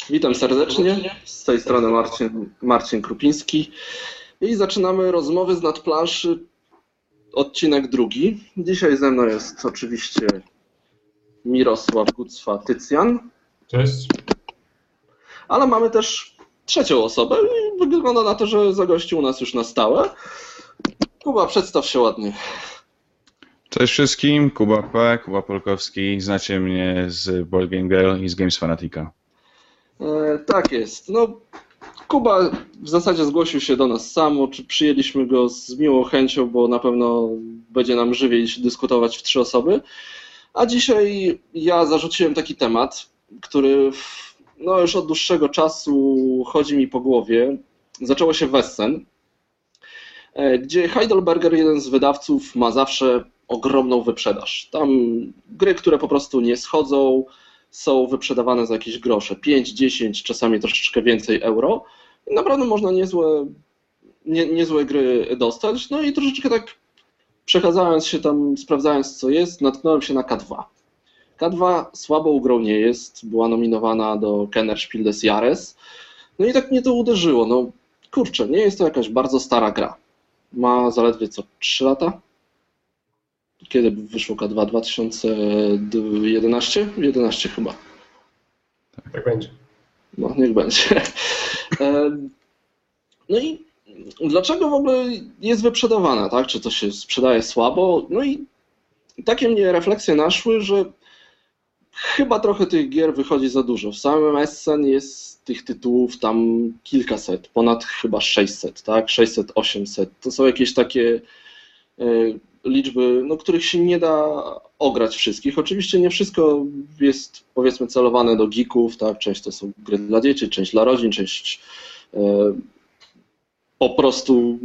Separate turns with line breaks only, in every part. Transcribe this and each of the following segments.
Witam serdecznie, z tej strony Marcin Krupiński i zaczynamy rozmowy z nadplanszy, odcinek drugi. Dzisiaj ze mną jest oczywiście Mirosław Gucwa-Tycjan.
Cześć.
Ale mamy też trzecią osobę i wygląda na to, że zagości u nas już na stałe. Kuba, przedstaw się ładnie.
Cześć wszystkim, Kuba Polkowski, znacie mnie z Board Game Girl i z Games Fanatica.
Tak jest. Kuba w zasadzie zgłosił się do nas sam, przyjęliśmy go z miłą chęcią, bo na pewno będzie nam żywiej dyskutować w 3 osoby. A dzisiaj ja zarzuciłem taki temat, który już od dłuższego czasu chodzi mi po głowie. Zaczęło się w Essen, gdzie Heidelberger, jeden z wydawców, ma zawsze ogromną wyprzedaż. Tam gry, które po prostu nie schodzą, są wyprzedawane za jakieś grosze, 5, 10, czasami troszeczkę więcej euro. I naprawdę można niezłe gry dostać. No i troszeczkę tak przechadzając się tam, sprawdzając co jest, natknąłem się na K2. K2 słabą grą nie jest, była nominowana do Kennerspiel des Jahres. No i tak mnie to uderzyło. Kurczę, nie jest to jakaś bardzo stara gra. Ma zaledwie 3 lata? Kiedy wyszło K2? 2011? 11 chyba.
Tak będzie.
No, niech będzie. No i dlaczego w ogóle jest wyprzedawana, tak? Czy to się sprzedaje słabo? No i takie mnie refleksje naszły, że chyba trochę tych gier wychodzi za dużo. W samym Essen jest tych tytułów tam kilkaset, ponad chyba 600, tak? 600, 800. To są jakieś takie liczby, których się nie da ograć wszystkich. Oczywiście nie wszystko jest, powiedzmy, celowane do geeków, tak? Część to są gry dla dzieci, część dla rodzin, część po prostu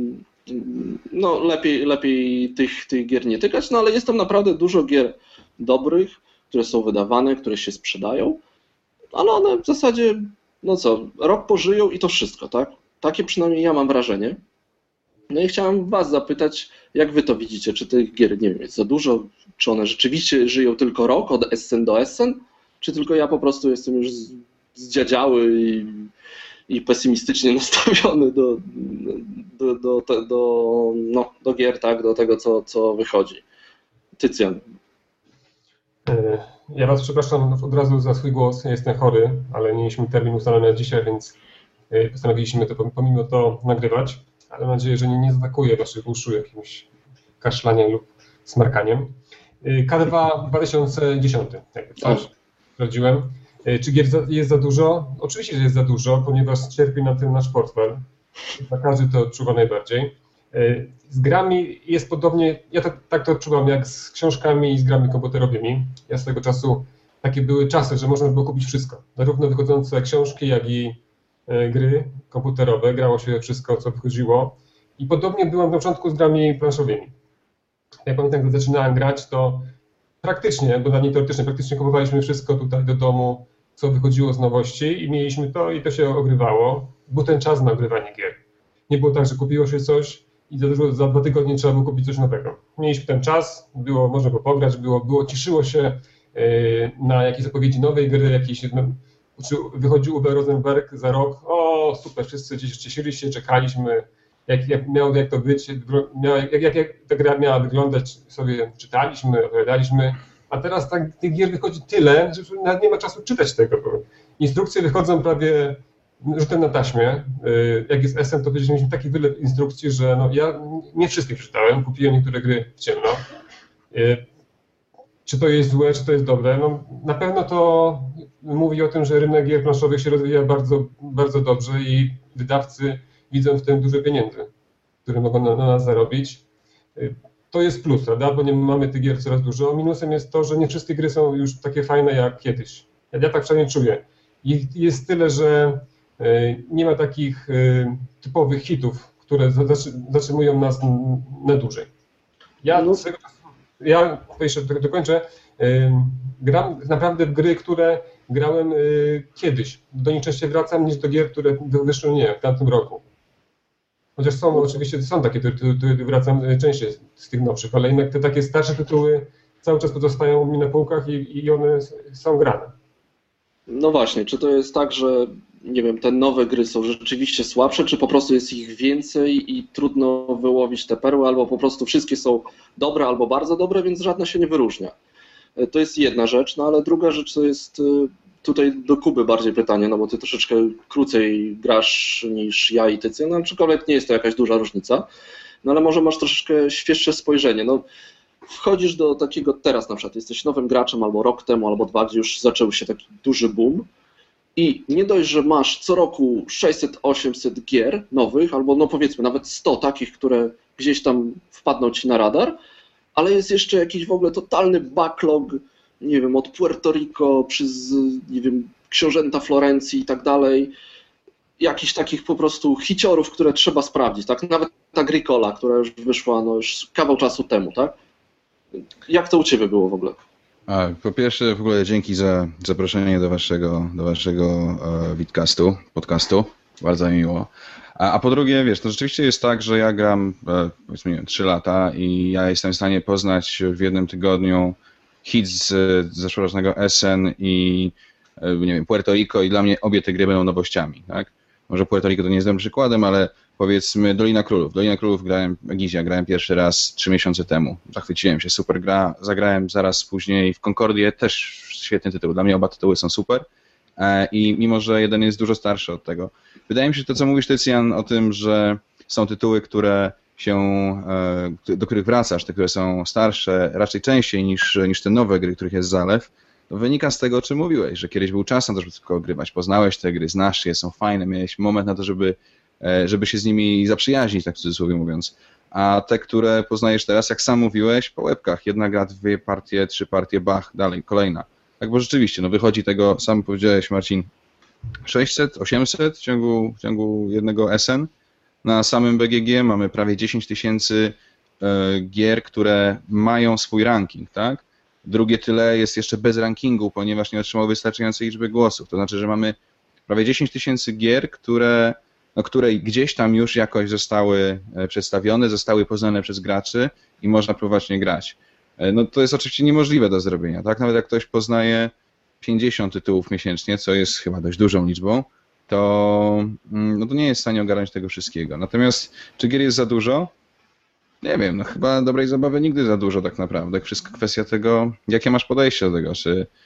lepiej tych gier nie tykać, ale jest tam naprawdę dużo gier dobrych, które są wydawane, które się sprzedają, ale one w zasadzie, rok pożyją i to wszystko, tak? Takie przynajmniej ja mam wrażenie. No i chciałem was zapytać, jak wy to widzicie? Czy tych gier, nie wiem, jest za dużo? Czy one rzeczywiście żyją tylko rok, od Essen do Essen? Czy tylko ja po prostu jestem już zdziadziały i pesymistycznie nastawiony do gier, tak? Do tego, co wychodzi? Tycjan.
Ja was przepraszam od razu za swój głos. Ja jestem chory, ale nie mieliśmy termin ustalony na dzisiaj, więc postanowiliśmy to pomimo to nagrywać. Ale mam nadzieję, że nie zaatakuje waszych uszu jakimś kaszlaniem lub smarkaniem. K2 2010, jak coś sprawdziłem. Czy gier jest za dużo? Oczywiście, że jest za dużo, ponieważ cierpi na tym nasz portfel. Każdy to odczuwa najbardziej. Z grami jest podobnie, ja tak to odczuwam, jak z książkami i z grami komputerowymi. Ja z tego czasu, takie były czasy, że można było kupić wszystko. Zarówno wychodzące książki, jak i gry komputerowe. Grało się wszystko, co wychodziło. I podobnie byłem na początku z grami planszowymi. Ja pamiętam, gdy zaczynałem grać, to praktycznie, bo nie teoretycznie, praktycznie kupowaliśmy wszystko tutaj do domu, co wychodziło z nowości i mieliśmy to i to się ogrywało. Był ten czas na ogrywanie gier. Nie było tak, że kupiło się coś i za 2 tygodnie trzeba było kupić coś nowego. Mieliśmy ten czas, można było pograć, cieszyło się na jakieś zapowiedzi nowej gry, wychodził Uwe Rosenberg za rok, o super, wszyscy gdzieś cieszyli się, czekaliśmy, jak to być, jak ta gra miała wyglądać, sobie czytaliśmy, opowiadaliśmy, a teraz tych gier wychodzi tyle, że nawet nie ma czasu czytać tego, bo instrukcje wychodzą prawie rzutem na taśmie. Jak jest Essen, to mieliśmy taki wylew instrukcji, że ja nie wszystkie przeczytałem, kupiłem niektóre gry w ciemno. Czy to jest złe, czy to jest dobre? Na pewno to mówi o tym, że rynek gier planszowych się rozwija bardzo, bardzo dobrze i wydawcy widzą w tym duże pieniądze, które mogą na nas zarobić. To jest plus, prawda? Bo nie mamy tych gier coraz dużo. Minusem jest to, że nie wszystkie gry są już takie fajne jak kiedyś. Ja tak przynajmniej czuję. Jest tyle, że nie ma takich typowych hitów, które zatrzymują nas na dłużej. Ja jeszcze dokończę. Gram naprawdę w gry, które grałem kiedyś. Do nich częściej wracam niż do gier, które wyszły w tamtym roku. Chociaż oczywiście są takie, które wracam częściej z tych nowszych, ale jednak te takie starsze tytuły cały czas pozostają mi na półkach i one są grane.
No właśnie, czy to jest tak, że nie wiem, te nowe gry są rzeczywiście słabsze, czy po prostu jest ich więcej i trudno wyłowić te perły, albo po prostu wszystkie są dobre albo bardzo dobre, więc żadna się nie wyróżnia. To jest jedna rzecz, no ale druga rzecz to jest tutaj do Kuby bardziej pytanie, no bo ty troszeczkę krócej grasz niż ja i Tycjan, no, aczkolwiek nie jest to jakaś duża różnica, no ale może masz troszeczkę świeższe spojrzenie. No, wchodzisz do takiego teraz na przykład, jesteś nowym graczem albo rok temu, albo dwa, gdzie już zaczął się taki duży boom i nie dość, że masz co roku 600-800 gier nowych, albo no powiedzmy nawet 100 takich, które gdzieś tam wpadną ci na radar, ale jest jeszcze jakiś w ogóle totalny backlog, nie wiem, od Puerto Rico przez, nie wiem, książęta Florencji i tak dalej, jakichś takich po prostu hiciorów, które trzeba sprawdzić, tak? Nawet Agricola, która już wyszła no już kawał czasu temu, tak? Jak to u Ciebie było w ogóle?
Po pierwsze, w ogóle dzięki za zaproszenie do waszego vidcastu, podcastu. Bardzo mi miło. A po drugie, wiesz, to rzeczywiście jest tak, że ja gram, powiedzmy, nie wiem, 3 lata i ja jestem w stanie poznać w jednym tygodniu hit z zeszłorocznego Essen i, nie wiem, Puerto Rico i dla mnie obie te gry będą nowościami, tak? Może Puerto Rico to nie jest dobrym przykładem, ale powiedzmy Dolina Królów. Dolina Królów grałem pierwszy raz 3 miesiące temu. Zachwyciłem się, super gra. Zagrałem zaraz później w Concordię, też świetny tytuł. Dla mnie oba tytuły są super. I mimo, że jeden jest dużo starszy od tego. Wydaje mi się, że to, co mówisz, Tycjan, o tym, że są tytuły, do których wracasz, te, które są starsze, raczej częściej niż te nowe gry, których jest zalew, to wynika z tego, o czym mówiłeś, że kiedyś był czas na to, żeby tylko ogrywać. Poznałeś te gry, znasz je, są fajne, miałeś moment na to, żeby się z nimi zaprzyjaźnić, tak w cudzysłowie mówiąc. A te, które poznajesz teraz, jak sam mówiłeś, po łebkach. Jedna gra, 2 partie, 3 partie, bach, dalej, kolejna. Tak, bo rzeczywiście, no wychodzi tego, sam powiedziałeś, Marcin, 600, 800 w ciągu jednego SN. Na samym BGG mamy prawie 10 tysięcy gier, które mają swój ranking, tak? Drugie tyle jest jeszcze bez rankingu, ponieważ nie otrzymały wystarczającej liczby głosów. To znaczy, że mamy prawie 10 tysięcy gier, które gdzieś tam już jakoś zostały przedstawione, zostały poznane przez graczy i można próbować nie grać. No to jest oczywiście niemożliwe do zrobienia, tak? Nawet jak ktoś poznaje 50 tytułów miesięcznie, co jest chyba dość dużą liczbą, to nie jest w stanie ogarnąć tego wszystkiego. Natomiast czy gier jest za dużo? Nie wiem, no chyba dobrej zabawy nigdy za dużo tak naprawdę. Wszystko kwestia tego, jakie masz podejście do tego,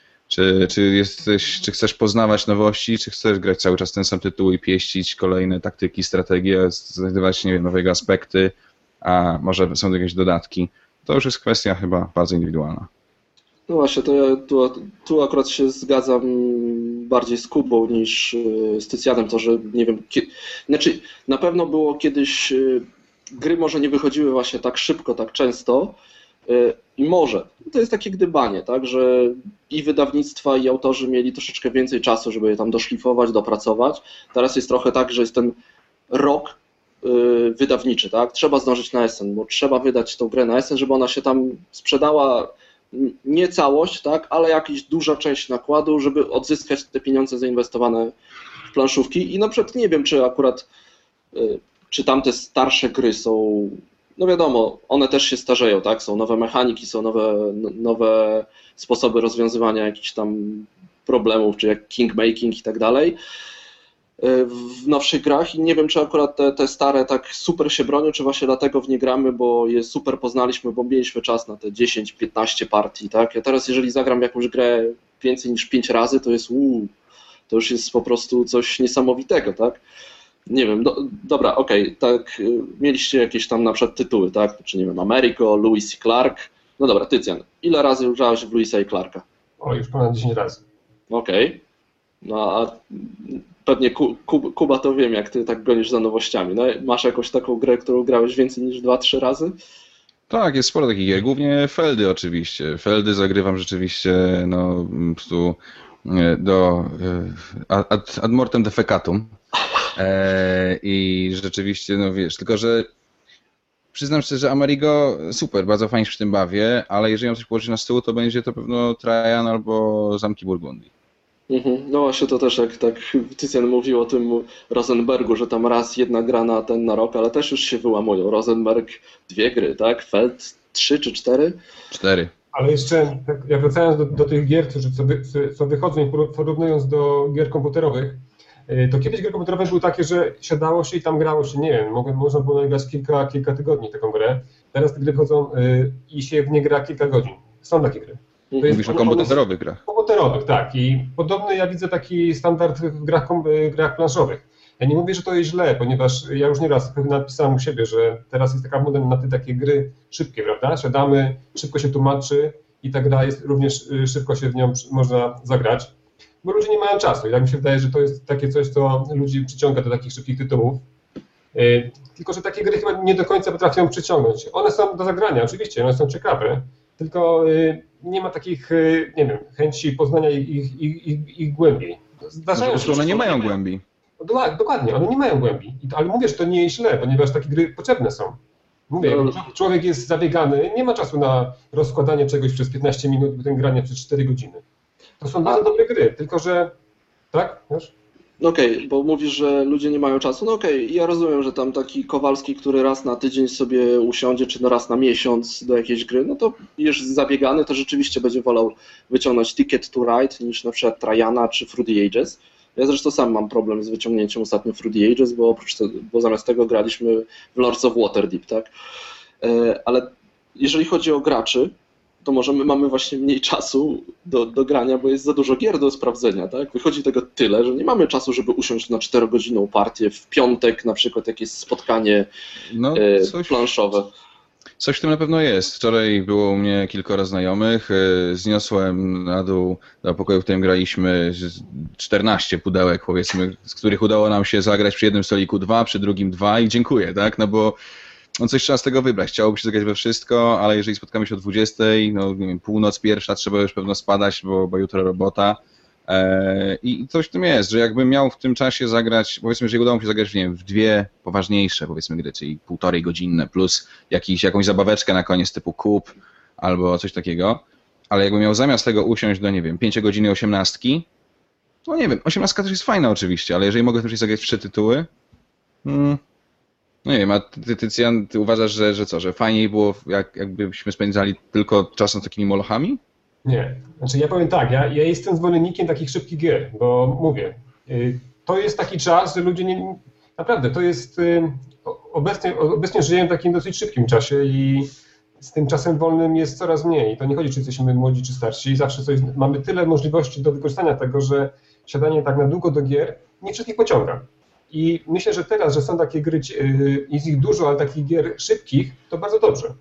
czy chcesz poznawać nowości, czy chcesz grać cały czas ten sam tytuł i pieścić kolejne taktyki, strategie, znajdywać, nie wiem, nowego aspekty, a może są jakieś dodatki. To już jest kwestia chyba bardzo indywidualna.
No właśnie, to ja tu akurat się zgadzam bardziej z Kubą niż z Tycjanem, to że nie wiem, znaczy na pewno było kiedyś, gry może nie wychodziły właśnie tak szybko, tak często i może, to jest takie gdybanie, tak, że i wydawnictwa i autorzy mieli troszeczkę więcej czasu, żeby je tam doszlifować, dopracować. Teraz jest trochę tak, że jest ten rok wydawniczy, tak, trzeba zdążyć na Essen, bo trzeba wydać tą grę na Essen, żeby ona się tam sprzedała, nie całość, tak, ale jakaś duża część nakładu, żeby odzyskać te pieniądze zainwestowane w planszówki. I na przykład nie wiem, czy akurat, czy tamte starsze gry są, no wiadomo, one też się starzeją, tak, są nowe mechaniki, są nowe sposoby rozwiązywania jakichś tam problemów, czy jak kingmaking i tak dalej w nowszych grach i nie wiem, czy akurat te stare tak super się bronią, czy właśnie dlatego w nie gramy, bo je super poznaliśmy, bo mieliśmy czas na te 10-15 partii, tak? Ja teraz jeżeli zagram w jakąś grę więcej niż 5 razy, to jest to już jest po prostu coś niesamowitego, tak? Nie wiem, dobra, okej, tak, mieliście jakieś tam na przykład tytuły, tak? Czy nie wiem, Americo, Lewis i Clark. No dobra, Tycjan, ile razy używałeś w Lewisa i Clarka?
O, już ponad 10 razy.
Okej. No a pewnie Kuba to wiem, jak ty tak gonisz za nowościami. No, masz jakąś taką grę, którą grałeś więcej niż 2-3 razy?
Tak, jest sporo takich gier, głównie Feldy oczywiście. Feldy zagrywam rzeczywiście no, po prostu ad mortem defecatum. I rzeczywiście, no wiesz, tylko że przyznam szczerze, że Amerigo super, bardzo fajnie się w tym bawię, ale jeżeli mam coś położyć na stół, to będzie to pewno Trajan albo Zamki Burgundii.
No właśnie to też jak tak Tycjan mówił o tym Rosenbergu, że tam raz jedna gra na rok, ale też już się wyłamują. Rosenberg 2 gry, tak? Feld 3 czy 4?
4.
Ale jeszcze, tak, jak wracając do tych gier, co wychodzą i porównując do gier komputerowych, to kiedyś gry komputerowe były takie, że siadało się i tam grało się, nie wiem, można było nagrać kilka tygodni taką grę. Teraz te gry wychodzą i się w nie gra kilka godzin. Są takie gry.
Mówisz o komputerowych grach.
Komputerowych, tak. I podobny ja widzę taki standard w grach planszowych. Ja nie mówię, że to jest źle, ponieważ ja już nieraz napisałem u siebie, że teraz jest taka moda na te takie gry szybkie, prawda? Siadamy, szybko się tłumaczy i ta gra jest również szybko się w nią można zagrać, bo ludzie nie mają czasu. I tak mi się wydaje, że to jest takie coś, co ludzi przyciąga do takich szybkich tytułów. Tylko że takie gry chyba nie do końca potrafią przyciągnąć. One są do zagrania, oczywiście, one są ciekawe, tylko nie ma takich, nie wiem, chęci poznania ich głębiej.
Zdarzają się, one nie mają głębi.
Dokładnie, one nie mają głębi. Ale mówię, że to nie jest źle, ponieważ takie gry potrzebne są. Mówię, człowiek jest zabiegany, nie ma czasu na rozkładanie czegoś przez 15 minut, potem granie przez 4 godziny. To są bardzo dobre gry, tylko że... Tak? Wiesz?
No okej, bo mówisz, że ludzie nie mają czasu. No okej, ja rozumiem, że tam taki Kowalski, który raz na tydzień sobie usiądzie, czy no raz na miesiąc do jakiejś gry, no to jest zabiegany, to rzeczywiście będzie wolał wyciągnąć Ticket to Ride niż na przykład Trajana czy Fruity Ages. Ja zresztą sam mam problem z wyciągnięciem ostatnio Fruity Ages, bo zamiast tego graliśmy w Lords of Waterdeep, tak? Ale jeżeli chodzi o graczy, to może my mamy właśnie mniej czasu do grania, bo jest za dużo gier do sprawdzenia, tak? Wychodzi tego tyle, że nie mamy czasu, żeby usiąść na 4-godzinną partię w piątek, na przykład jakieś spotkanie planszowe.
Coś w tym na pewno jest. Wczoraj było u mnie kilkoro znajomych, zniosłem na dół do pokoju, w którym graliśmy 14 pudełek, powiedzmy, z których udało nam się zagrać przy jednym stoliku 2, przy drugim 2 i dziękuję, tak? No bo coś trzeba z tego wybrać. Chciałoby się zagrać we wszystko, ale jeżeli spotkamy się o 20, no nie wiem, północ pierwsza, trzeba już pewno spadać, bo jutro robota. I coś w tym jest, że jakbym miał w tym czasie zagrać, powiedzmy, że udało mi się zagrać, nie wiem, w 2 poważniejsze, powiedzmy, gry, czyli 1,5 godzinne plus jakąś zabaweczkę na koniec typu kup albo coś takiego, ale jakbym miał zamiast tego usiąść do, nie wiem, 5 godziny 18, no nie wiem, 18 też jest fajna oczywiście, ale jeżeli mogę w tym czasie zagrać w 3 tytuły, no nie wiem, a ty, Tycjan, ty uważasz, że fajniej było, jakbyśmy spędzali tylko czas nad takimi molochami?
Nie. Znaczy ja powiem tak, ja jestem zwolennikiem takich szybkich gier, bo mówię, to jest taki czas, że ludzie nie... Naprawdę, to jest... Obecnie żyjemy w takim dosyć szybkim czasie i z tym czasem wolnym jest coraz mniej. To nie chodzi, czy jesteśmy młodzi, czy starsi. Zawsze mamy tyle możliwości do wykorzystania tego, że siadanie tak na długo do gier nie wszystkich pociąga. I myślę, że teraz, że są takie gry, jest ich dużo, ale takich gier szybkich, to bardzo dobrze.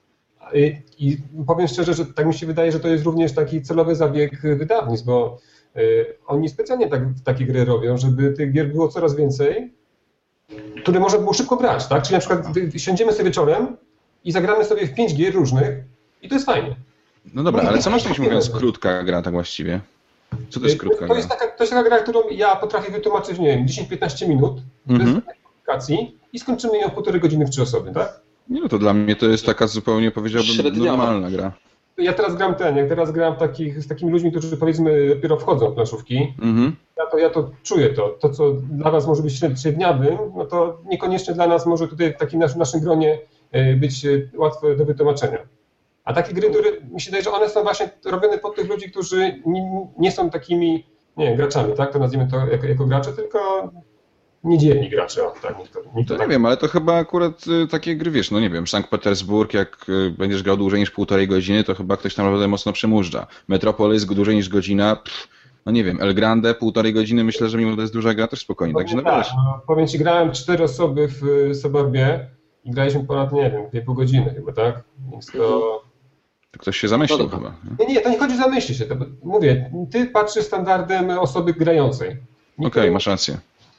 I powiem szczerze, że tak mi się wydaje, że to jest również taki celowy zabieg wydawnictw, bo oni specjalnie takie gry robią, żeby tych gier było coraz więcej, które można było szybko grać, tak? Czyli na przykład siądziemy sobie wieczorem i zagramy sobie w 5 gier różnych i to jest fajnie.
No dobra, ale co masz na myśli, mówiąc krótka gra tak właściwie? Co to jest krótka gra?
To jest taka gra, którą ja potrafię wytłumaczyć, nie wiem, 10-15 minut bez aplikacji i skończymy ją w 1,5 godziny w 3 osoby, tak?
Nie, no to dla mnie to jest taka zupełnie, powiedziałbym, normalna gra.
Ja teraz gram z takimi ludźmi, którzy powiedzmy dopiero wchodzą w planszówki. Ja to czuję to, co dla was może być średniawym, no to niekoniecznie dla nas może tutaj w takim naszym gronie być łatwe do wytłumaczenia. A takie gry, które mi się wydaje, że one są właśnie robione pod tych ludzi, którzy nie są takimi, nie wiem, graczami, tak? To nazwijmy to jako gracze, tylko niedzielni gracze. Tak,
nie wiem, ale to chyba akurat takie gry, wiesz, no nie wiem, Sankt Petersburg, jak będziesz grał dłużej niż 1,5 godziny, to chyba ktoś tam naprawdę mocno przemurza. Metropolis dłużej niż godzina, no nie wiem, El Grande 1,5 godziny, myślę, że mimo to jest duża gra, też spokojnie. Także
powiem ci, grałem 4 osoby w Suburbie i graliśmy ponad, nie wiem, 2,5 godziny chyba, tak? Więc to
ktoś się zamyślił chyba.
Nie, to nie chodzi o zamyślić się. Mówię, ty patrzysz standardem osoby grającej.
Okej, masz rację.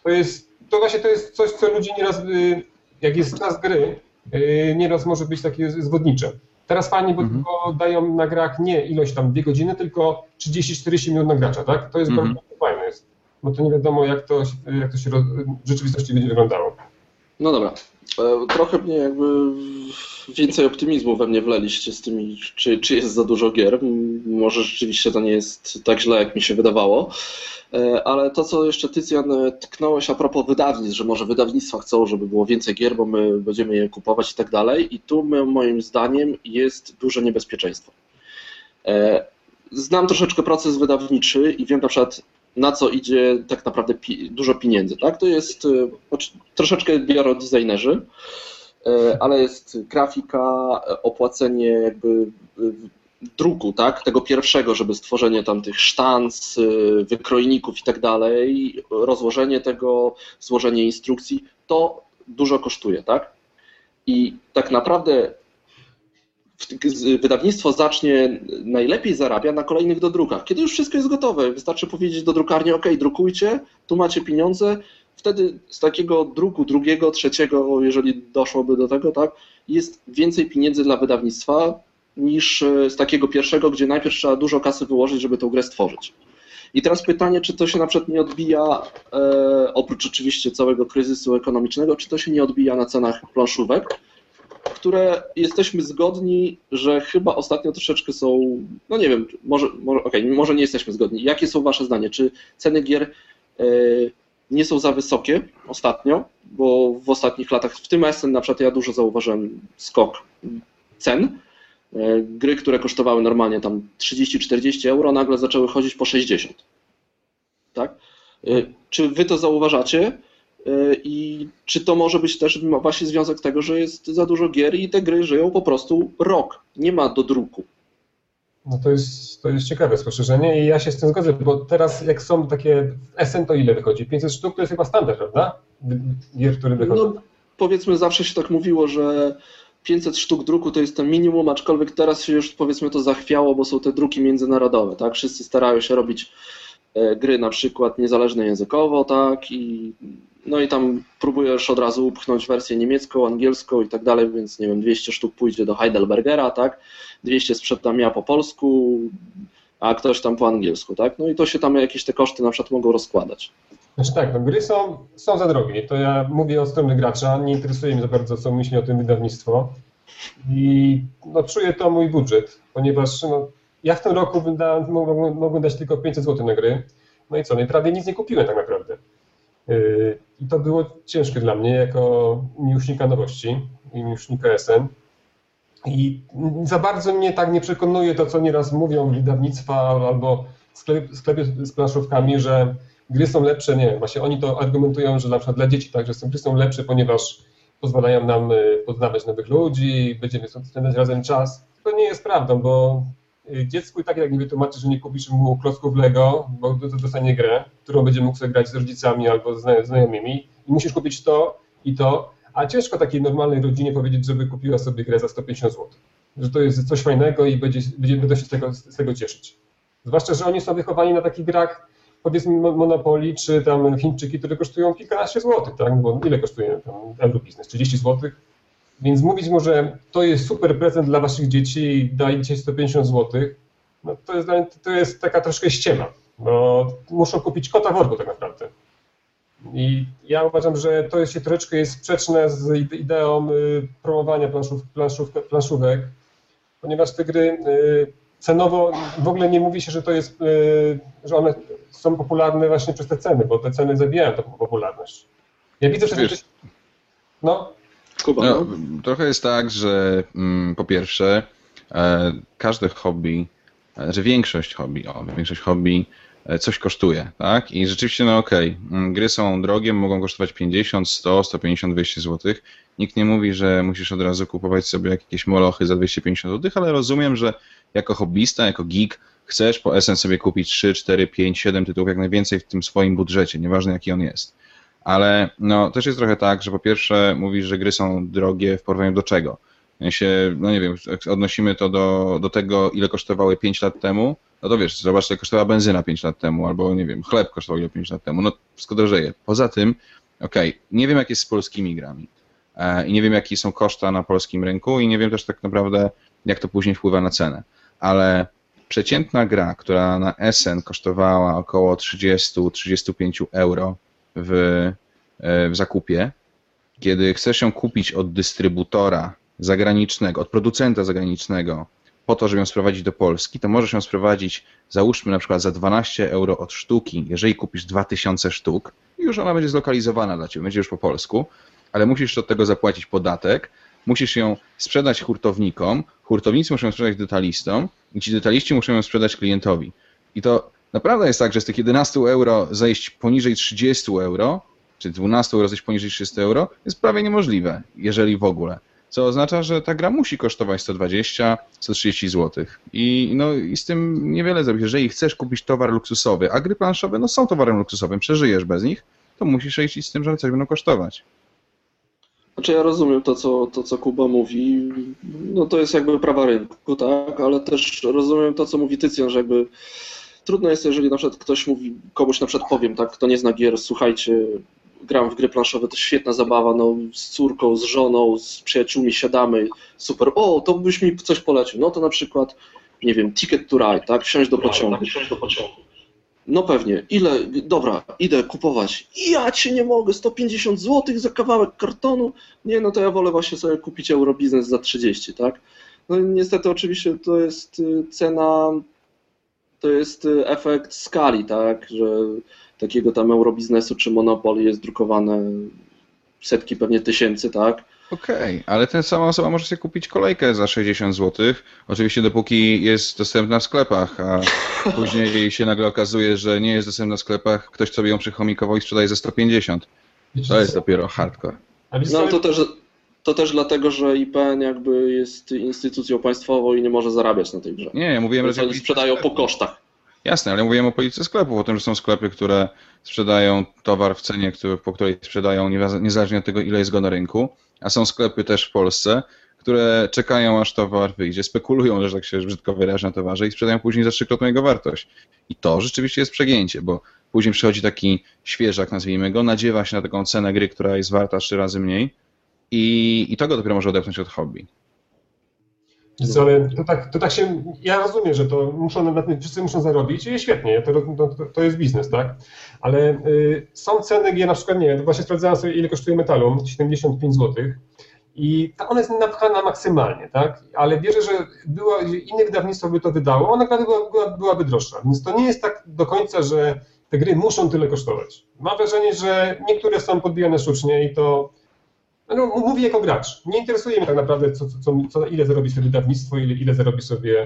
To jest coś, co ludzie nieraz, jak jest czas gry, nieraz może być takie zwodnicze. Teraz fajnie, bo dają na grach nie ilość tam 2 godziny, tylko 30-40 minut na gracza, tak? To jest bardzo fajne, bo to nie wiadomo, jak to się w rzeczywistości będzie wyglądało.
No dobra. Trochę mnie jakby więcej optymizmu we mnie wleliście z tymi, czy jest za dużo gier. Może rzeczywiście to nie jest tak źle, jak mi się wydawało. Ale to, co jeszcze Tycjan tknąłeś a propos wydawnictw, że może wydawnictwa chcą, żeby było więcej gier, bo my będziemy je kupować i tak dalej. I tu moim zdaniem jest duże niebezpieczeństwo. Znam troszeczkę proces wydawniczy i wiem na przykład, na co idzie tak naprawdę dużo pieniędzy. Tak? To jest troszeczkę biorą designerzy, ale jest grafika, opłacenie jakby druku, tak, tego pierwszego, żeby stworzenie tam tych sztanc, wykrojników i tak dalej, rozłożenie tego, złożenie instrukcji, to dużo kosztuje, tak? I tak naprawdę wydawnictwo zacznie najlepiej zarabia na kolejnych dodrukach. Kiedy już wszystko jest gotowe, wystarczy powiedzieć do drukarni, OK, drukujcie, tu macie pieniądze, wtedy z takiego druku drugiego, trzeciego, jeżeli doszłoby do tego, tak, jest więcej pieniędzy dla wydawnictwa niż z takiego pierwszego, gdzie najpierw trzeba dużo kasy wyłożyć, żeby tę grę stworzyć. I teraz pytanie, czy to się na przykład nie odbija, oprócz oczywiście całego kryzysu ekonomicznego, czy to się nie odbija na cenach planszówek, które jesteśmy zgodni, że chyba ostatnio troszeczkę są, no nie wiem, może nie jesteśmy zgodni. Jakie są wasze zdanie? Czy ceny gier nie są za wysokie ostatnio? Bo w ostatnich latach, w tym SN na przykład ja dużo zauważyłem skok cen. Gry, które kosztowały normalnie tam 30-40 euro, nagle zaczęły chodzić po 60. Tak? Czy wy to zauważacie? I czy to może być też właśnie związek tego, że jest za dużo gier i te gry żyją po prostu rok, nie ma do druku?
No to jest ciekawe spostrzeżenie i ja się z tym zgodzę, bo teraz jak są takie SN, to ile wychodzi? 500 sztuk to jest chyba standard, prawda? Gier, które wychodzą.
No, powiedzmy, zawsze się tak mówiło, że 500 sztuk druku to jest to minimum, aczkolwiek teraz się już powiedzmy to zachwiało, bo są te druki międzynarodowe, tak? Wszyscy starają się robić gry na przykład niezależne językowo, tak? No i tam próbujesz od razu upchnąć wersję niemiecką, angielską i tak dalej, więc nie wiem, 200 sztuk pójdzie do Heidelbergera, tak? 200 sprzedam ja po polsku, a ktoś tam po angielsku, tak? No i to się tam jakieś te koszty na przykład mogą rozkładać.
Znaczy tak, no gry są za drogie. To ja mówię od strony gracza, nie interesuje mnie za bardzo, co myśli o tym wydawnictwo. I no, czuję to mój budżet, ponieważ no, ja w tym roku mogłem dać tylko 500 zł na gry. No i co, no i prawie nic nie kupiłem tak naprawdę. I to było ciężkie dla mnie jako miłośnika nowości i miłośnika SN. I za bardzo mnie tak nie przekonuje to, co nieraz mówią wydawnictwa albo sklepy z planszówkami, że gry są lepsze, nie wiem, właśnie oni to argumentują, że na przykład dla dzieci tak, że gry są lepsze, ponieważ pozwalają nam poznawać nowych ludzi, będziemy spędzać razem czas. To nie jest prawdą, bo dziecku i tak jak nie wytłumaczysz, że nie kupisz mu klocków Lego, bo dostanie grę, którą będzie mógł sobie grać z rodzicami albo z znajomymi i musisz kupić to i to, a ciężko takiej normalnej rodzinie powiedzieć, żeby kupiła sobie grę za 150 zł. Że to jest coś fajnego i będą się z tego cieszyć. Zwłaszcza, że oni są wychowani na takich grach, powiedzmy Monopoly, czy tam Chińczyki, które kosztują kilkanaście złotych, tak? Bo ile kosztuje tam Eurobiznes? 30 złotych? Więc mówić mu, że to jest super prezent dla waszych dzieci i dajcie 150 złotych, no to jest taka troszkę ściema, bo muszą kupić kota w worku tak naprawdę. I ja uważam, że to się troszeczkę jest sprzeczne z ideą promowania planszówek, ponieważ te gry cenowo w ogóle nie mówi się, że to jest, że one są popularne właśnie przez te ceny, bo te ceny zabijają tą popularność. Ja widzę, że no.
Kuba, no, trochę jest tak, że po pierwsze każde hobby, że większość hobby coś kosztuje, tak? I rzeczywiście, no okej, gry są drogie, mogą kosztować 50, 100, 150, 200 zł. Nikt nie mówi, że musisz od razu kupować sobie jakieś molochy za 250 zł, ale rozumiem, że jako hobbysta, jako geek chcesz po SN sobie kupić 3, 4, 5, 7 tytułów, jak najwięcej w tym swoim budżecie, nieważne jaki on jest. Ale no, też jest trochę tak, że po pierwsze mówisz, że gry są drogie w porównaniu do czego? No nie wiem, odnosimy to do tego, ile kosztowały 5 lat temu, no to wiesz, zobacz, ile kosztowała benzyna 5 lat temu, albo nie wiem, chleb kosztował ile 5 lat temu, no wszystko drożeje. Poza tym, nie wiem jak jest z polskimi grami i nie wiem jakie są koszta na polskim rynku i nie wiem też tak naprawdę jak to później wpływa na cenę, ale przeciętna gra, która na SN kosztowała około 30-35 euro w zakupie, kiedy chcesz ją kupić od dystrybutora zagranicznego, od producenta zagranicznego po to, żeby ją sprowadzić do Polski, to możesz ją sprowadzić, załóżmy na przykład za 12 euro od sztuki, jeżeli kupisz 2000 sztuk, już ona będzie zlokalizowana dla Ciebie, będzie już po polsku, ale musisz od tego zapłacić podatek, musisz ją sprzedać hurtownikom, hurtownicy muszą ją sprzedać detalistom i ci detaliści muszą ją sprzedać klientowi. I to naprawdę jest tak, że z tych 11 euro zejść poniżej 30 euro, czy 12 euro zejść poniżej 30 euro jest prawie niemożliwe, jeżeli w ogóle. Co oznacza, że ta gra musi kosztować 120-130 zł. I z tym niewiele zrobisz. Jeżeli chcesz kupić towar luksusowy, a gry planszowe no są towarem luksusowym, przeżyjesz bez nich, to musisz iść z tym, że coś będą kosztować.
Znaczy ja rozumiem to, co Kuba mówi, no to jest jakby prawa rynku, tak, ale też rozumiem to, co mówi Tycjan, że jakby trudno jest, jeżeli na przykład ktoś mówi, komuś na przykład powiem, tak, kto nie zna gier, słuchajcie, gram w gry planszowe, to świetna zabawa, no z córką, z żoną, z przyjaciółmi siadamy, super, o, to byś mi coś polecił, no to na przykład, nie wiem, Ticket to Ride, tak, wsiąść do pociągu. No pewnie, dobra, idę kupować. Ja cię nie mogę, 150 zł za kawałek kartonu. Nie, no to ja wolę właśnie sobie kupić Eurobiznes za 30, tak? No i niestety oczywiście to jest cena, to jest efekt skali, tak? Że takiego tam Eurobiznesu czy Monopoly jest drukowane setki pewnie tysięcy, tak?
Okej, ale ta sama osoba może sobie kupić kolejkę za 60 zł, oczywiście dopóki jest dostępna w sklepach, a później się nagle okazuje, że nie jest dostępna w sklepach, ktoś sobie ją przychomikował i sprzedaje za 150. To jest dopiero hardcore.
No to też dlatego, że IPN jakby jest instytucją państwową i nie może zarabiać na tej grze.
Nie, ja mówiłem, że
oni sprzedają po kosztach.
Jasne, ale ja mówiłem o polityce sklepów, o tym, że są sklepy, które sprzedają towar w cenie, po której sprzedają niezależnie od tego, ile jest go na rynku, a są sklepy też w Polsce, które czekają, aż towar wyjdzie, spekulują, że tak się brzydko wyrażę, na towarze i sprzedają później za trzykrotną jego wartość. I to rzeczywiście jest przegięcie, bo później przychodzi taki świeżak, nazwijmy go, nadziewa się na taką cenę gry, która jest warta 3 razy mniej i to go dopiero może odepchnąć od hobby.
Ale to tak się, ja rozumiem, że to wszyscy muszą zarobić i świetnie, to jest biznes, tak? Ale są ceny gier, na przykład, nie wiem, właśnie sprawdzałem sobie, ile kosztuje Metalum, 75 zł i ona jest napchana maksymalnie, tak? Ale wierzę, że inne wydawnictwo by to wydało, ona naprawdę byłaby droższa, więc to nie jest tak do końca, że te gry muszą tyle kosztować. Mam wrażenie, że niektóre są podbijane sztucznie i to no, mówię jako gracz. Nie interesuje mnie tak naprawdę, ile zarobi sobie wydawnictwo, ile zarobi sobie...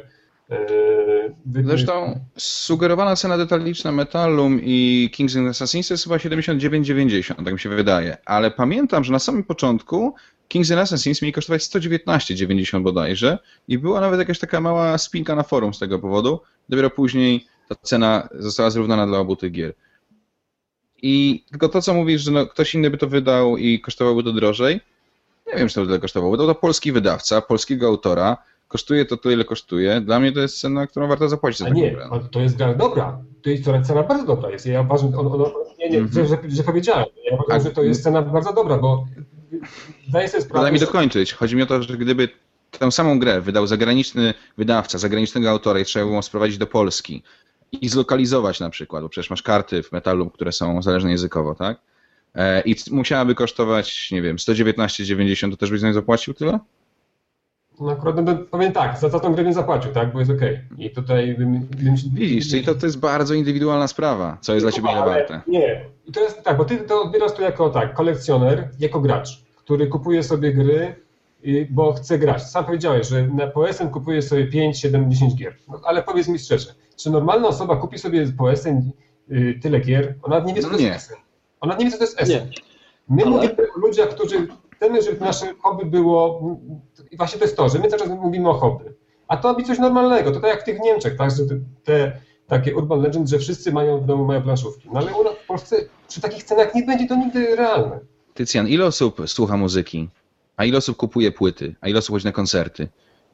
Zresztą sugerowana cena detaliczna Metallum i Kings and Assassins jest chyba 79,90, tak mi się wydaje. Ale pamiętam, że na samym początku Kings and Assassins mieli kosztować 119,90 bodajże i była nawet jakaś taka mała spinka na forum z tego powodu. Dopiero później ta cena została zrównana dla obu tych gier. I tylko to, co mówisz, że no, ktoś inny by to wydał i kosztowałoby to drożej, nie wiem, czy to tyle kosztowało. To polski wydawca, polskiego autora, kosztuje to tyle, ile kosztuje. Dla mnie to jest cena, którą warto zapłacić za taką grę.
A to jest gra dobra. To jest cena bardzo dobra. Ja uważam, że powiedziałem. Ja uważam, że to jest cena bardzo dobra, bo zdaję sobie sprawę...
Daj mi dokończyć. Chodzi mi o to, że gdyby tę samą grę wydał zagraniczny wydawca, zagranicznego autora i trzeba ją sprowadzić do Polski i zlokalizować na przykład, bo przecież masz karty w Metalu, które są zależne językowo, tak? I musiałaby kosztować, nie wiem, 119,90, to też byś za nią zapłacił tyle?
No akurat powiem tak, za tą grę bym zapłacił, tak, bo jest okej. I tutaj
Widzisz, czyli to jest bardzo indywidualna sprawa, co jest dla ciebie warte.
Nie, i to jest tak, bo ty to odbierasz to jako kolekcjoner, jako gracz, który kupuje sobie gry, bo chce grać. Sam powiedziałeś, że na PSN kupuje sobie 5, 7, 10 gier. No, ale powiedz mi szczerze, czy normalna osoba kupi sobie PSN tyle gier? Ona nie wie, co to jest SN. Ona nie wie, co to jest SN. My mówimy o ludziach, którzy chcemy, żeby nasze hobby było, i właśnie to jest to, że my cały czas mówimy o hobby. A to ma być coś normalnego, to tak jak w tych Niemczech, tak, że te takie urban legend, że wszyscy mają w domu planszówki. No ale u nas w Polsce przy takich cenach nie będzie to nigdy realne.
Tycjan, ile osób słucha muzyki? A ile osób kupuje płyty? A ile osób chodzi na koncerty?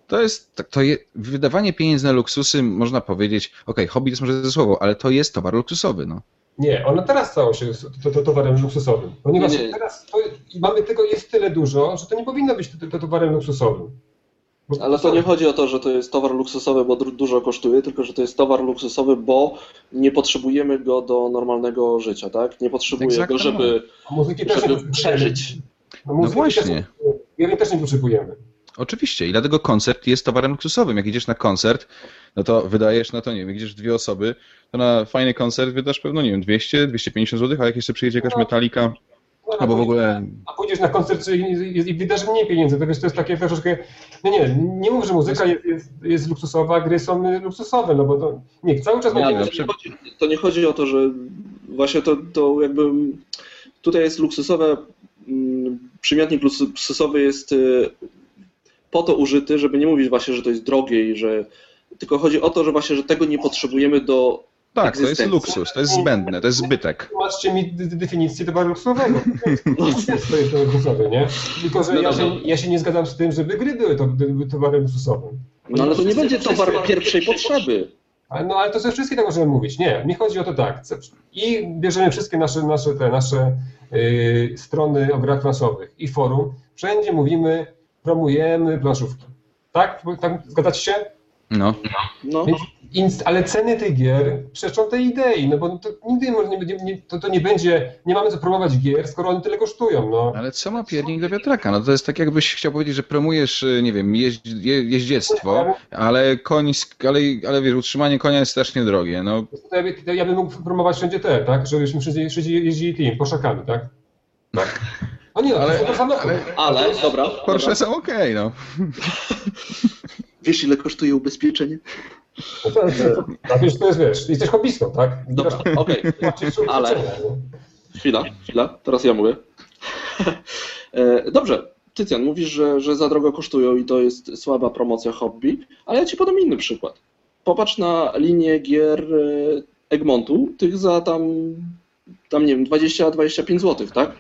Wydawanie pieniędzy na luksusy, można powiedzieć, hobby to jest może ze słowo, ale to jest towar luksusowy, no.
Nie, ona teraz stała się towarem luksusowym, ponieważ teraz tego jest tyle dużo, że to nie powinno być towarem luksusowym.
Ale to nie chodzi o to, że to jest towar luksusowy, bo dużo kosztuje, tylko że to jest towar luksusowy, bo nie potrzebujemy go do normalnego życia, tak? Nie potrzebujemy go, żeby przeżyć.
No właśnie.
My też nie potrzebujemy.
Oczywiście i dlatego koncert jest towarem luksusowym. Jak idziesz na koncert, no to wydajesz, no to nie wiem, jak idziesz 2 osoby, to na fajny koncert wydasz pewno, nie wiem, 200, 250 zł, a jak jeszcze przyjedzie jakaś Metallica Albo w ogóle...
A pójdziesz na koncert i wydasz mniej pieniędzy, to wiesz, to jest takie troszeczkę... Nie mów, że muzyka jest luksusowa, gry są luksusowe, no bo to... Nie, cały czas będziemy...
To nie chodzi o to, że właśnie to jakby... Tutaj jest luksusowe, przymiotnik luksusowy jest po to użyty, żeby nie mówić właśnie, że to jest drogie i że... Tylko chodzi o to, że właśnie, że tego nie potrzebujemy do
Tak, to jest luksus, to jest zbędne, to jest zbytek.
Tłumaczcie mi definicję towaru luksusowego. To jest luksusowy, nie? Tylko, że ja się nie zgadzam z tym, żeby gry były towarem luksusowym.
No ale to nie będzie towar pierwszej potrzeby.
Ale to ze wszystkie tak możemy mówić. Nie, mi chodzi o to tak. I bierzemy wszystkie nasze strony o grach planszowych i forum. Wszędzie mówimy, promujemy planszówki. Tak? Zgadzacie się?
No.
Ale ceny tych gier przeczą tej idei, no bo to nigdy to nie będzie, nie mamy co promować gier, skoro one tyle kosztują, no.
Ale co ma piernik do wiatraka? No to jest tak, jakbyś chciał powiedzieć, że promujesz, nie wiem, jeździectwo, ale wiesz, utrzymanie konia jest strasznie drogie, no.
Ja bym mógł promować wszędzie tak, żebyśmy wszędzie jeździli poszakami, tak? Tak. No nie,
Dobra.
Porsche są okej, no.
Wiesz, ile kosztuje ubezpieczenie?
Wiesz, to jest, jesteś hobbystą, tak?
Dobra, okej. Ale... Chwila, teraz ja mówię. Dobrze, Tycjan, mówisz, że za drogo kosztują i to jest słaba promocja hobby, ale ja ci podam inny przykład. Popatrz na linię gier Egmontu, tych za tam nie wiem, 20-25 zł, tak?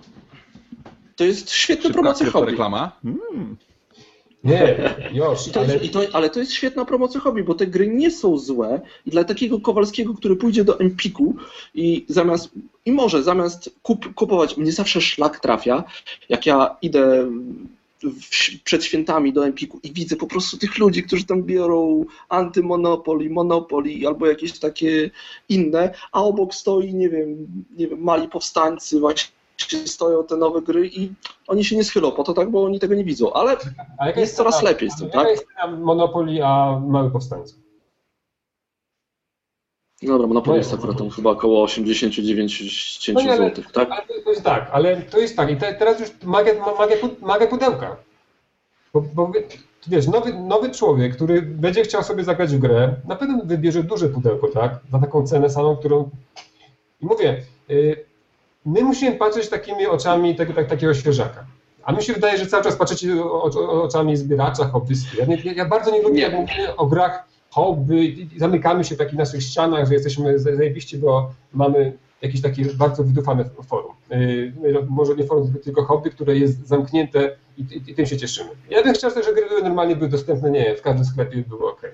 To jest świetna promocja hobby.
Reklama?
Nie, już,
ale to jest świetna promocja hobby, bo te gry nie są złe i dla takiego Kowalskiego, który pójdzie do Empiku i zamiast kupować, mnie zawsze szlak trafia, jak ja idę przed świętami do Empiku i widzę po prostu tych ludzi, którzy tam biorą Monopoly albo jakieś takie inne, a obok stoi, nie wiem, mali powstańcy właśnie, stoją te nowe gry i oni się nie schylą po to, tak, bo oni tego nie widzą, ale jest coraz lepiej z tym, tak?
Jaka jest cena Monopoly, a Mały Powstańcy?
Dobra, Monopoly jest akurat tam chyba około 80-90 zł, tak?
Ale to jest tak i teraz już magia pudełka. Bo wiesz, nowy człowiek, który będzie chciał sobie zagrać w grę, na pewno wybierze duże pudełko, tak? Za taką cenę samą, którą... I mówię, my musimy patrzeć takimi oczami takiego świeżaka. A mi się wydaje, że cały czas patrzycie oczami zbieracza, hobbysty. Ja bardzo nie lubię, jak mówimy o grach hobby i zamykamy się w takich naszych ścianach, że jesteśmy zajebiści, bo mamy jakieś takie bardzo wydufane forum. Może nie forum, tylko hobby, które jest zamknięte i tym się cieszymy. Ja bym chciał, że gry normalnie były dostępne, nie, w każdym sklepie było ok.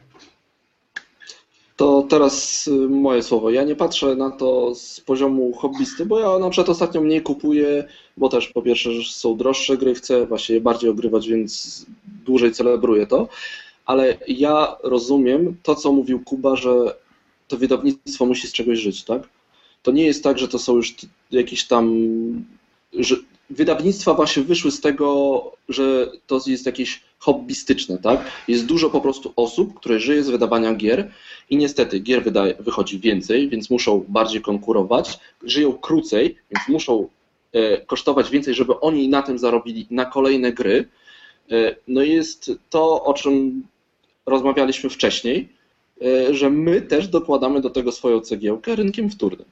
To teraz moje słowo. Ja nie patrzę na to z poziomu hobbysty, bo ja na przykład ostatnio mniej kupuję, bo też po pierwsze, że są droższe gry, chcę właśnie je bardziej ogrywać, więc dłużej celebruję to. Ale ja rozumiem to, co mówił Kuba, że to wydawnictwo musi z czegoś żyć, tak? To nie jest tak, że to są już jakieś tam... Że wydawnictwa właśnie wyszły z tego, że to jest jakieś hobbystyczne, tak? Jest dużo po prostu osób, które żyje z wydawania gier i niestety gier wychodzi więcej, więc muszą bardziej konkurować, żyją krócej, więc muszą kosztować więcej, żeby oni na tym zarobili na kolejne gry. No i jest to, o czym rozmawialiśmy wcześniej, że my też dokładamy do tego swoją cegiełkę rynkiem wtórnym.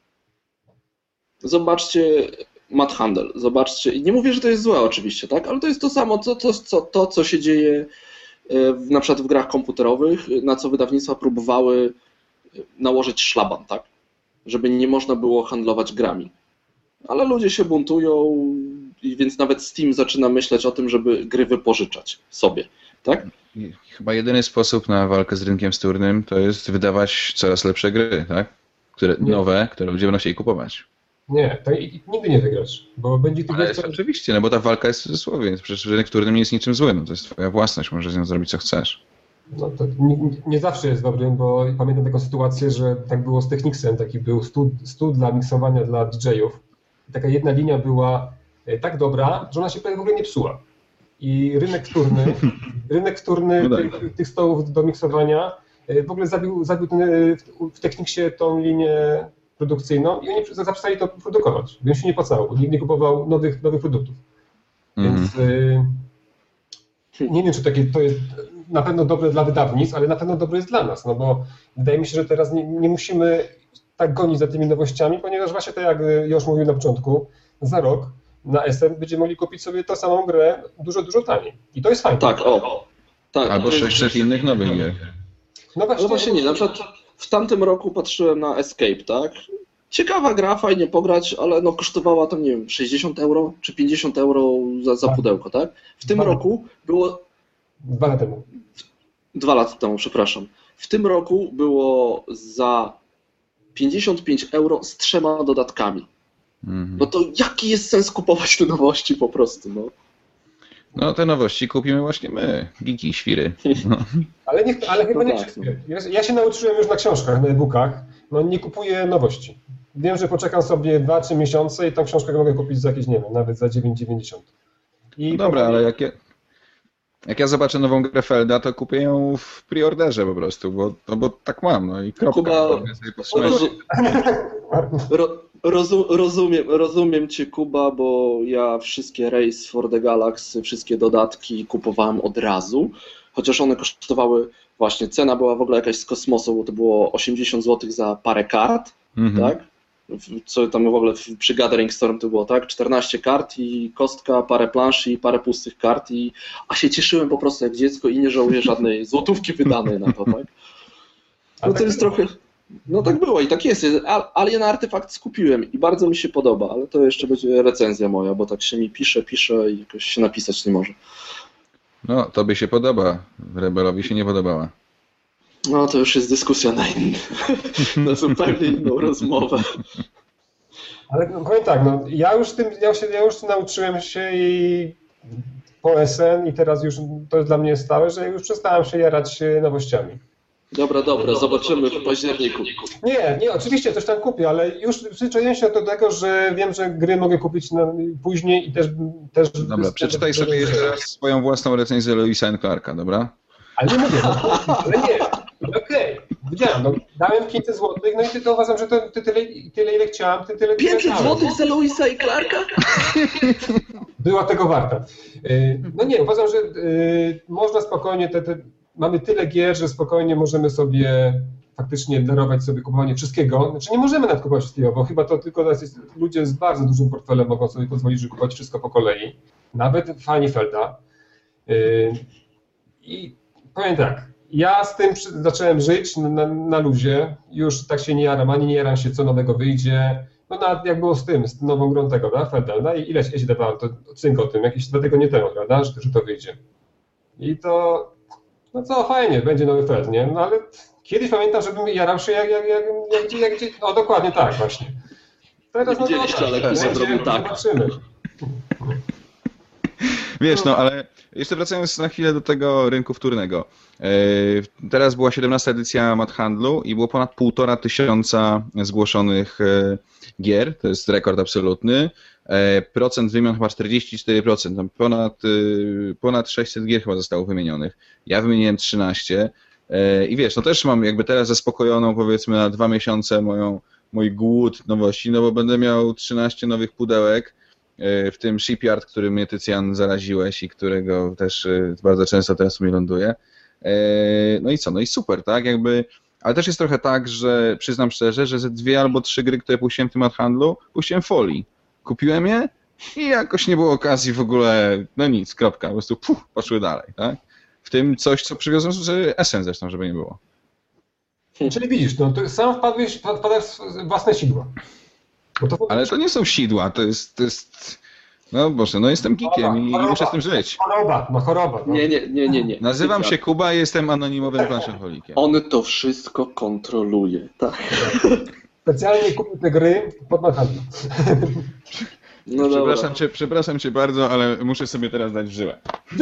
Zobaczcie Mad Handel, zobaczcie, i nie mówię, że to jest złe oczywiście, tak, ale to jest to samo, co się dzieje na przykład w grach komputerowych, na co wydawnictwa próbowały nałożyć szlaban, tak, żeby nie można było handlować grami. Ale ludzie się buntują, więc nawet Steam zaczyna myśleć o tym, żeby gry wypożyczać sobie, tak?
Chyba jedyny sposób na walkę z rynkiem wtórnym to jest wydawać coraz lepsze gry, tak? Nowe, które ludzie będą chcieli kupować.
Nie, to nigdy nie wygrasz, bo będzie ty
Ale oczywiście, no bo ta walka jest w cudzysłowie, więc przecież rynek wtórny nie jest niczym złym, to jest twoja własność, możesz z nią zrobić co chcesz.
No to nie zawsze jest dobrym, bo pamiętam taką sytuację, że tak było z Technicsem, taki był stół dla miksowania dla DJ-ów. I taka jedna linia była tak dobra, że ona się prawie w ogóle nie psuła. I rynek wtórny no tych stołów do miksowania w ogóle zabił w Technicsie tą linię produkcyjną i oni zaprzestali to produkować, więc się nie opłacało, nikt nie kupował nowych produktów. Więc nie wiem, czy to jest na pewno dobre dla wydawnictw, ale na pewno dobre jest dla nas, no bo wydaje mi się, że teraz nie musimy tak gonić za tymi nowościami, ponieważ właśnie tak jak już mówił na początku, za rok na SN będziemy mogli kupić sobie tą samą grę dużo, dużo taniej. I to jest fajne.
Tak, tak.
Albo 600 innych nowych gier.
No
właśnie nie, na przykład w tamtym roku patrzyłem na Escape, tak? Ciekawa gra, fajnie pograć, ale no kosztowała to, nie wiem, 60 euro czy 50 euro za pudełko, tak? W tym roku było...
2 lata temu.
2 lata temu, przepraszam. W tym roku było za 55 euro z 3 dodatkami. No to jaki jest sens kupować te nowości po prostu, no?
No te nowości kupimy właśnie my, geeki, świry. No.
Ale chyba
No
nie
tak,
wszystkie. Ja się nauczyłem już na książkach, na e-bookach, no nie kupuję nowości. Wiem, że poczekam sobie 2-3 miesiące i tą książkę mogę kupić za jakieś, nie wiem, nawet za 9,90.
No dobra, ale jak ja zobaczę nową grę Felda, to kupię ją w preorderze po prostu, bo tak mam, no i kropka.
Kuba, rozumiem Cię, Kuba, bo ja wszystkie Race for the Galaxy, wszystkie dodatki kupowałem od razu, chociaż one kosztowały, właśnie cena była w ogóle jakaś z kosmosu, bo to było 80 zł za parę kart, tak? Co tam w ogóle przy Gathering Storm to było, tak? 14 kart i kostka, parę planszy i parę pustych kart, a się cieszyłem po prostu jak dziecko i nie żałuję żadnej złotówki wydanej na to, tak? No to jest trochę... No tak było i tak jest. Alien Artefact skupiłem i bardzo mi się podoba, ale to jeszcze będzie recenzja moja, bo tak się mi pisze i jakoś się napisać nie może.
No, tobie się podoba, Rebelowi się nie podobała.
No to już jest dyskusja na zupełnie inną rozmowę.
Ale no, powiem tak, no, ja już nauczyłem się i po SN i teraz już to jest dla mnie stałe, że już przestałem się jarać nowościami.
Dobra, zobaczymy w październiku.
Nie, oczywiście coś tam kupię, ale już przyzwyczaiłem się do tego, że wiem, że gry mogę kupić później i też...
Dobra, przeczytaj sobie jeszcze raz swoją własną recenzję Lewisa and Clarka, dobra?
Ale nie mówię, ale nie. Okej, widziałem, no, dałem 500 zł, no i to uważam, że to tyle ile chciałem, tyle
500 zł za Lewisa i Clarka?
Była tego warta. No nie, uważam, że można spokojnie, mamy tyle gier, że spokojnie możemy sobie faktycznie darować sobie kupowanie wszystkiego. Znaczy nie możemy nawet kupować wszystkiego, bo chyba to tylko ludzie z bardzo dużym portfelem mogą sobie pozwolić, żeby kupować wszystko po kolei. Nawet fani Felda. I powiem tak, ja z tym zacząłem żyć na luzie, już tak się nie jaram, ani nie jaram się, co nowego wyjdzie. No nawet jak było z nową grą tego, prawda, Felda, no i ile się dawałem, to cynk o tym, jakieś 2 tygodnie temu, prawda, że to wyjdzie. I to, no co, fajnie, będzie nowy Feld, nie? No ale kiedyś pamiętam, żebym jarał się jak no dokładnie tak właśnie. Teraz
nie widzieliście, ale Kuba zrobił tak.
Zobaczymy.
Wiesz, no ale jeszcze wracając na chwilę do tego rynku wtórnego. Teraz była 17. edycja Mad Handlu i było ponad 1500 zgłoszonych gier, to jest rekord absolutny. Procent wymian chyba 44%, tam ponad 600 gier chyba zostało wymienionych. Ja wymieniłem 13 i wiesz, no też mam jakby teraz zaspokojoną powiedzmy na 2 miesiące mój głód nowości, no bo będę miał 13 nowych pudełek, w tym Shipyard, który mnie, Tycjan, zaraziłeś i którego też bardzo często teraz u mnie ląduje. No i co? No i super, tak? Jakby, ale też jest trochę tak, że przyznam szczerze, że ze 2 albo 3 gry, które puściłem w tym handlu, puściłem folii. Kupiłem je i jakoś nie było okazji w ogóle, no nic, kropka, po prostu poszły dalej, tak? W tym coś, co przywiozłem z SN zresztą, żeby nie było.
Czyli widzisz, no to sam wpadłeś w własne sidła.
Ale to nie są sidła, to jest... No Boże, no jestem geekiem i muszę z tym żyć.
Choroba. No.
Nie.
Nazywam się Kuba i jestem anonimowym planszaholikiem.
On to wszystko kontroluje, tak.
Specjalnie kupił te gry pod Manhattan.
No przepraszam cię bardzo, ale muszę sobie teraz dać w żyłę.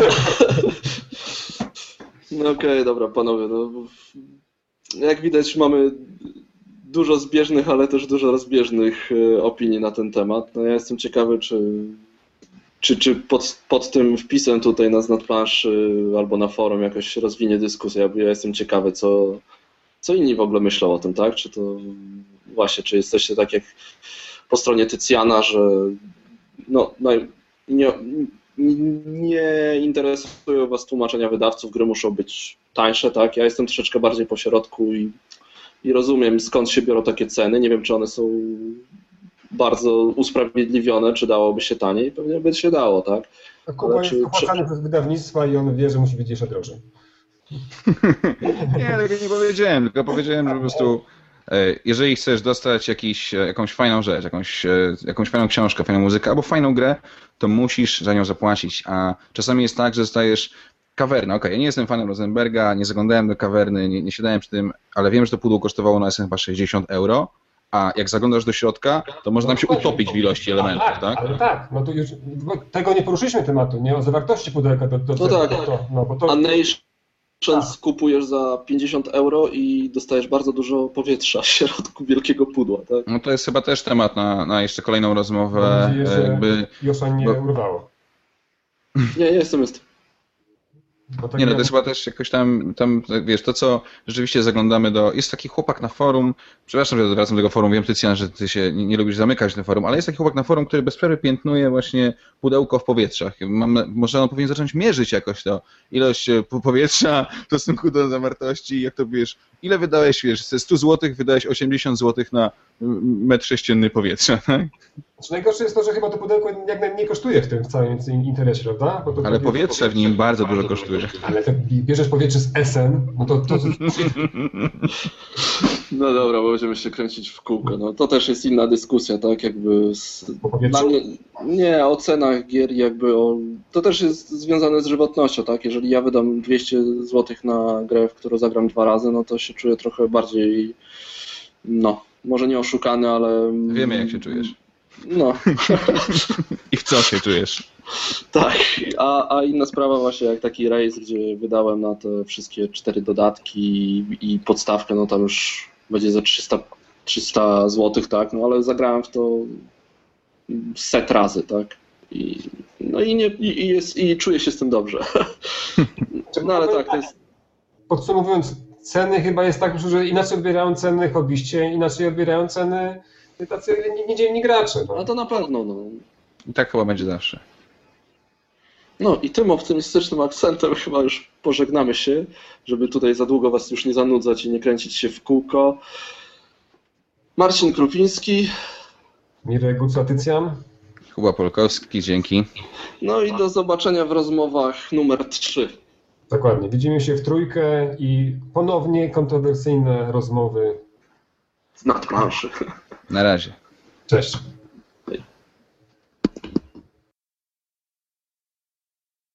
No okej, dobra, panowie, no, jak widać mamy dużo zbieżnych, ale też dużo rozbieżnych opinii na ten temat. No ja jestem ciekawy, czy pod tym wpisem tutaj na Znadplanszy albo na forum jakoś rozwinie dyskusja, bo ja jestem ciekawy, co inni w ogóle myślą o tym, tak? Czy to właśnie, czy jesteście tak jak po stronie Tycjana, że nie interesują was tłumaczenia wydawców, gry muszą być tańsze, tak? Ja jestem troszeczkę bardziej po środku i rozumiem, skąd się biorą takie ceny. Nie wiem, czy one są bardzo usprawiedliwione, czy dałoby się taniej. Pewnie by się dało, tak?
Kuba jest opłacany przez wydawnictwa i on wie, że musi być jeszcze drożej.
Nie, tego nie powiedziałem, tylko powiedziałem, że po prostu jeżeli chcesz dostać jakąś fajną rzecz, jakąś fajną książkę, fajną muzykę albo fajną grę, to musisz za nią zapłacić, a czasami jest tak, że dostajesz kawernę. Okej, ja nie jestem fanem Rosenberga, nie zaglądałem do kawerny, nie siadałem przy tym, ale wiem, że to pudło kosztowało na SN chyba 60 euro, a jak zaglądasz do środka, to można tam się utopić w ilości elementów, tak?
Ale tak, no to już tego nie poruszyliśmy tematu, nie o zawartości pudełka.
A Nations kupujesz za 50 euro i dostajesz bardzo dużo powietrza w środku wielkiego pudła, tak?
No to jest chyba też temat na jeszcze kolejną rozmowę.
Mam nadzieję, że Josza nie urwało.
Nie, jestem.
Nie, no to jest chyba też jakoś tam, wiesz, to co rzeczywiście zaglądamy jest taki chłopak na forum, przepraszam, że wracam do tego forum, wiem, Tycjan, że ty się nie lubisz zamykać na forum, ale jest taki chłopak na forum, który bez przerwy piętnuje właśnie pudełko w powietrzach. Może on powinien zacząć mierzyć jakoś to ilość powietrza w stosunku do zawartości, jak to wiesz, ile wydałeś, wiesz, ze 100 zł wydałeś 80 zł na metr sześcienny powietrza, tak?
Znaczy, najgorsze jest to, że chyba to pudełko jak najmniej kosztuje w tym całym interesie, prawda?
Ale powietrze w nim bardzo dużo kosztuje.
Ale jak bierzesz powietrze z SN, no to...
No dobra, bo będziemy się kręcić w kółko. No, to też jest inna dyskusja, tak? Jakby nie, o cenach gier, to też jest związane z żywotnością, tak? Jeżeli ja wydam 200 zł na grę, w którą zagram 2 razy, no to się czuję trochę bardziej, może nie oszukany, ale...
Wiemy, jak się czujesz.
No.
I w co się czujesz?
Tak, a inna sprawa właśnie jak taki rejs, gdzie wydałem na te wszystkie 4 dodatki i podstawkę, no tam już będzie za 300 zł, tak, no ale zagrałem w to set razy, tak, i czuję się z tym dobrze. No ale tak, to jest...
Podsumowując, ceny chyba jest tak, że inaczej odbierają ceny hobbyście, inaczej odbierają ceny tacy niedzielni gracze. No.
A to na pewno, no.
I tak chyba będzie zawsze.
No i tym optymistycznym akcentem chyba już pożegnamy się, żeby tutaj za długo was już nie zanudzać i nie kręcić się w kółko. Marcin Krupiński.
Mirek Guca-Tycjan.
Kuba Polkowski, dzięki.
No i do zobaczenia w rozmowach numer 3.
Dokładnie. Widzimy się w trójkę i ponownie kontrowersyjne rozmowy
z nadplanszy.
Na razie.
Cześć.